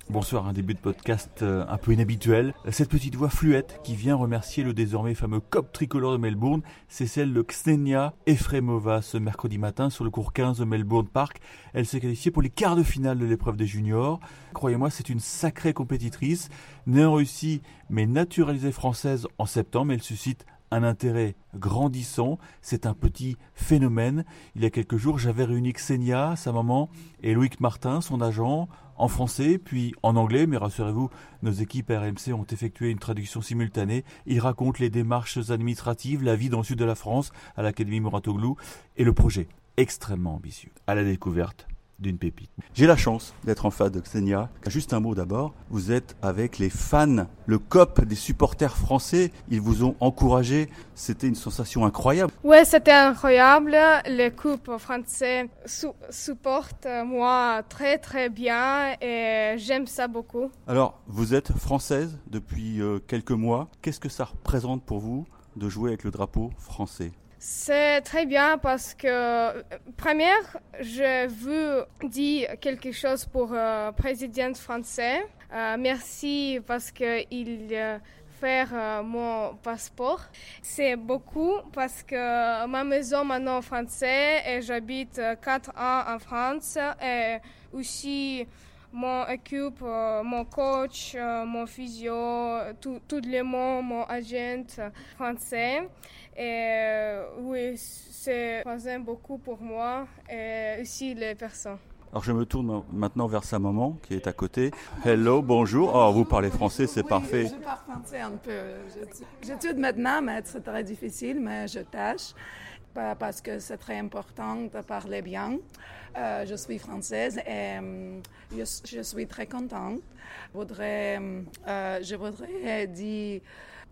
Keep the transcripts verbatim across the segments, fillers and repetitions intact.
Bonsoir, un début de podcast euh, un peu inhabituel. Cette petite voix fluette qui vient remercier le désormais fameux C O P tricolore de Melbourne, c'est celle de Ksenia Efremova ce mercredi matin sur le cours quinze de Melbourne Park. Elle s'est qualifiée pour les quarts de finale de l'épreuve des juniors. Croyez-moi, c'est une sacrée compétitrice, née en Russie mais naturalisée française en septembre. Elle suscite un intérêt grandissant, c'est un petit phénomène. Il y a quelques jours, j'avais réuni Ksenia, sa maman, et Loïc Martin, son agent, en français, puis en anglais, mais rassurez-vous, nos équipes R M C ont effectué une traduction simultanée. Ils racontent les démarches administratives, la vie dans le sud de la France, à l'Académie Mouratoglou, et le projet extrêmement ambitieux, à la découverte d'une pépite. J'ai la chance d'être en face de Ksenia. Juste un mot d'abord, vous êtes avec les fans, le C O P des supporters français. Ils vous ont encouragé. C'était une sensation incroyable. Oui, c'était incroyable. Le couple français su- supporte moi très très bien et j'aime ça beaucoup. Alors, vous êtes française depuis euh, quelques mois. Qu'est-ce que ça représente pour vous de jouer avec le drapeau français ? C'est très bien parce que, première, je veux dire quelque chose pour le président français. Euh, merci parce qu'il euh, fait euh, mon passeport. C'est beaucoup parce que ma maison maintenant en français et j'habite quatre ans en France et aussi mon équipe, euh, mon coach, euh, mon physio, tout, tout le monde, mon agent français. Et euh, oui, c'est français beaucoup pour moi et aussi les personnes. Alors je me tourne maintenant vers sa maman qui est à côté. Hello, bonjour. Oh, vous parlez français, c'est oui, parfait. Je parle français un peu. J'étudie maintenant, mais c'est très difficile, mais je tâche parce que c'est très important de parler bien. Euh, je suis française et euh, je, je suis très contente. Je voudrais, euh, je voudrais dire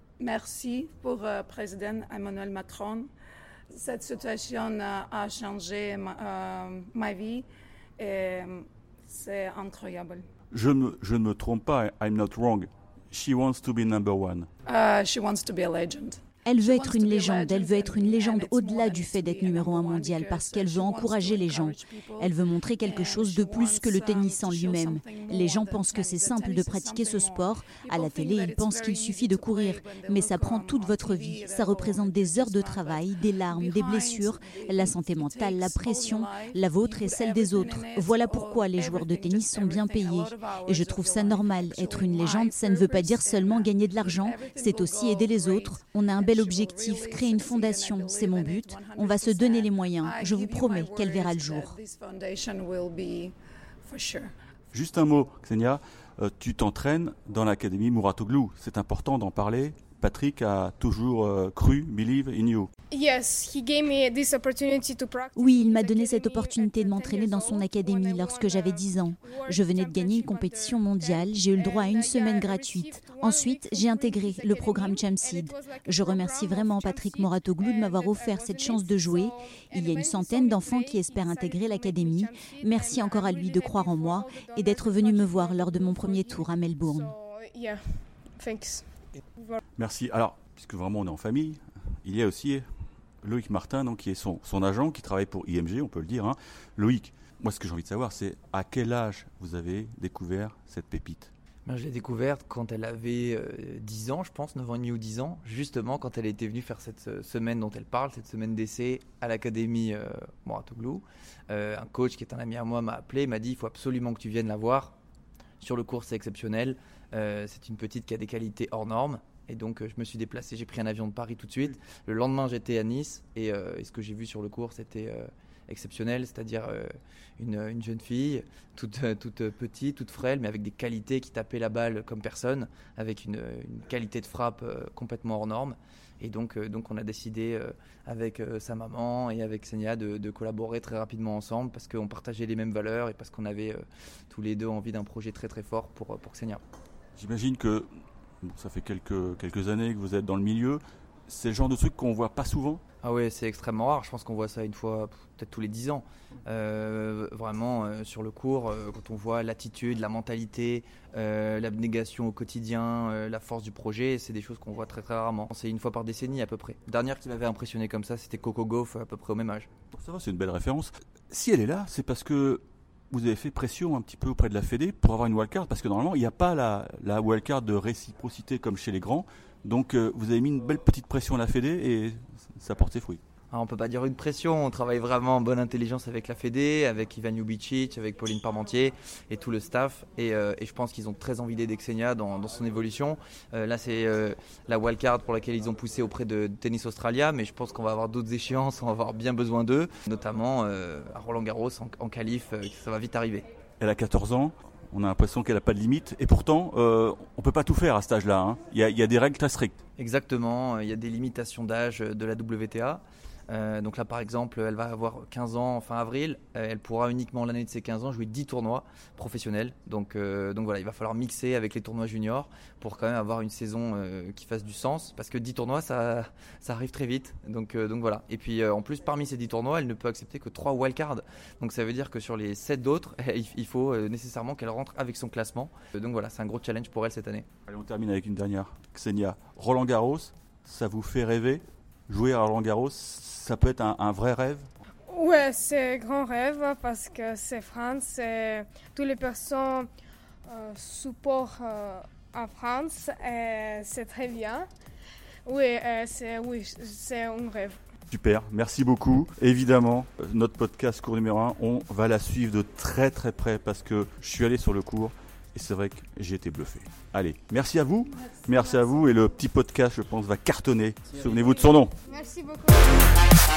merci pour le président Emmanuel Macron. Cette situation a changé ma, euh, ma vie et c'est incroyable. Je, me, je ne me trompe pas, I'm not wrong. She wants to be number one. Uh, she wants to be a legend. Elle veut être une légende, elle veut être une légende au-delà du fait d'être numéro un mondial parce qu'elle veut encourager les gens. Elle veut montrer quelque chose de plus que le tennis en lui-même. Les gens pensent que c'est simple de pratiquer ce sport. À la télé, ils pensent qu'il suffit de courir. Mais ça prend toute votre vie. Ça représente des heures de travail, des larmes, des blessures, la santé mentale, la pression, la vôtre et celle des autres. Voilà pourquoi les joueurs de tennis sont bien payés. Et je trouve ça normal. Être une légende, ça ne veut pas dire seulement gagner de l'argent. C'est aussi aider les autres. On a un bel objectif, créer une fondation, c'est mon but. On va se donner les moyens. Je vous promets qu'elle verra le jour. Juste un mot, Ksenia, euh, tu t'entraînes dans l'Académie Mouratoglou. C'est important d'en parler. Patrick a toujours euh, cru, believe in you. Yes, he gave me this opportunity to practice. Oui, il m'a donné cette opportunité de m'entraîner dans son académie lorsque j'avais dix ans. Je venais de gagner une compétition mondiale, j'ai eu le droit à une semaine gratuite. Ensuite, j'ai intégré le programme Chamseed. Je remercie vraiment Patrick Mouratoglou de m'avoir offert cette chance de jouer. Il y a une centaine d'enfants qui espèrent intégrer l'académie. Merci encore à lui de croire en moi et d'être venu me voir lors de mon premier tour à Melbourne. So, yeah, thanks. Merci. Alors, puisque vraiment on est en famille, il y a aussi Loïc Martin, donc, qui est son, son agent, qui travaille pour I M G, on peut le dire. Hein. Loïc, moi ce que j'ai envie de savoir, c'est à quel âge vous avez découvert cette pépite ? Ben, je l'ai découverte quand elle avait euh, dix ans, je pense, neuf ans et demi ou dix ans, justement quand elle était venue faire cette euh, semaine dont elle parle, cette semaine d'essai à l'Académie euh, Mouratoglou. Euh, un coach qui est un ami à moi m'a appelé, m'a dit il faut absolument que tu viennes la voir. Sur le cours, c'est exceptionnel. Euh, c'est une petite qui a des qualités hors normes. Et donc, euh, je me suis déplacé. J'ai pris un avion de Paris tout de suite. Le lendemain, j'étais à Nice. Et, euh, et ce que j'ai vu sur le cours, c'était euh, exceptionnel. C'est-à-dire euh, une, une jeune fille, toute, toute petite, toute frêle, mais avec des qualités qui tapaient la balle comme personne, avec une, une qualité de frappe euh, complètement hors norme. Et donc, euh, donc on a décidé euh, avec euh, sa maman et avec Ksenia de, de collaborer très rapidement ensemble parce qu'on partageait les mêmes valeurs et parce qu'on avait euh, tous les deux envie d'un projet très très fort pour, pour Ksenia. J'imagine que bon, ça fait quelques, quelques années que vous êtes dans le milieu. C'est le genre de truc qu'on ne voit pas souvent ? Ah ouais, c'est extrêmement rare. Je pense qu'on voit ça une fois, peut-être tous les dix ans. Euh, vraiment, euh, sur le cours, euh, quand on voit l'attitude, la mentalité, euh, l'abnégation au quotidien, euh, la force du projet, c'est des choses qu'on voit très très rarement. C'est une fois par décennie à peu près. La dernière qui m'avait impressionné comme ça, c'était Coco Gauff, à peu près au même âge. Ça va, c'est une belle référence. Si elle est là, c'est parce que vous avez fait pression un petit peu auprès de la Fédé pour avoir une wildcard, parce que normalement, il n'y a pas la, la wildcard de réciprocité comme chez les grands. Donc, euh, vous avez mis une belle petite pression à la Fédé et ça porte ses fruits. Alors, on ne peut pas dire une pression, on travaille vraiment en bonne intelligence avec la Fédé, avec Ivan Ljubicic, avec Pauline Parmentier et tout le staff. Et, euh, et je pense qu'ils ont très envie d'aider Xenia dans, dans son évolution. Euh, là, c'est euh, la wildcard pour laquelle ils ont poussé auprès de Tennis Australia, mais je pense qu'on va avoir d'autres échéances, on va avoir bien besoin d'eux, notamment euh, à Roland Garros en, en qualif, euh, ça va vite arriver. Elle a quatorze ans, on a l'impression qu'elle n'a pas de limite, et pourtant, euh, on ne peut pas tout faire à cet âge-là. Hein. Il y a, il y a des règles très strictes. Exactement, il y a des limitations d'âge de la W T A. Euh, donc là par exemple elle va avoir quinze ans fin avril, euh, elle pourra uniquement l'année de ses quinze ans jouer dix tournois professionnels, donc, euh, donc voilà, il va falloir mixer avec les tournois juniors pour quand même avoir une saison euh, qui fasse du sens, parce que dix tournois ça, ça arrive très vite, donc, euh, donc voilà. Et puis euh, en plus parmi ces dix tournois elle ne peut accepter que trois wildcards, donc ça veut dire que sur les sept d'autres il faut euh, nécessairement qu'elle rentre avec son classement, euh, donc voilà, c'est un gros challenge pour elle cette année. Allez, on termine avec une dernière. Xenia, Roland Garros, ça vous fait rêver? Jouer à Roland Garros, ça peut être un, un vrai rêve? Oui, c'est un grand rêve parce que c'est France et toutes les personnes euh, supportent euh, en France et c'est très bien. Oui, euh, c'est, oui, c'est un rêve. Super, merci beaucoup. Évidemment, notre podcast cours numéro un, on va la suivre de très très près parce que je suis allé sur le cours et c'est vrai que j'ai été bluffé. Allez, merci à vous. Merci, merci à vous et le petit podcast, je pense, va cartonner. Souvenez-vous de son nom. Merci beaucoup.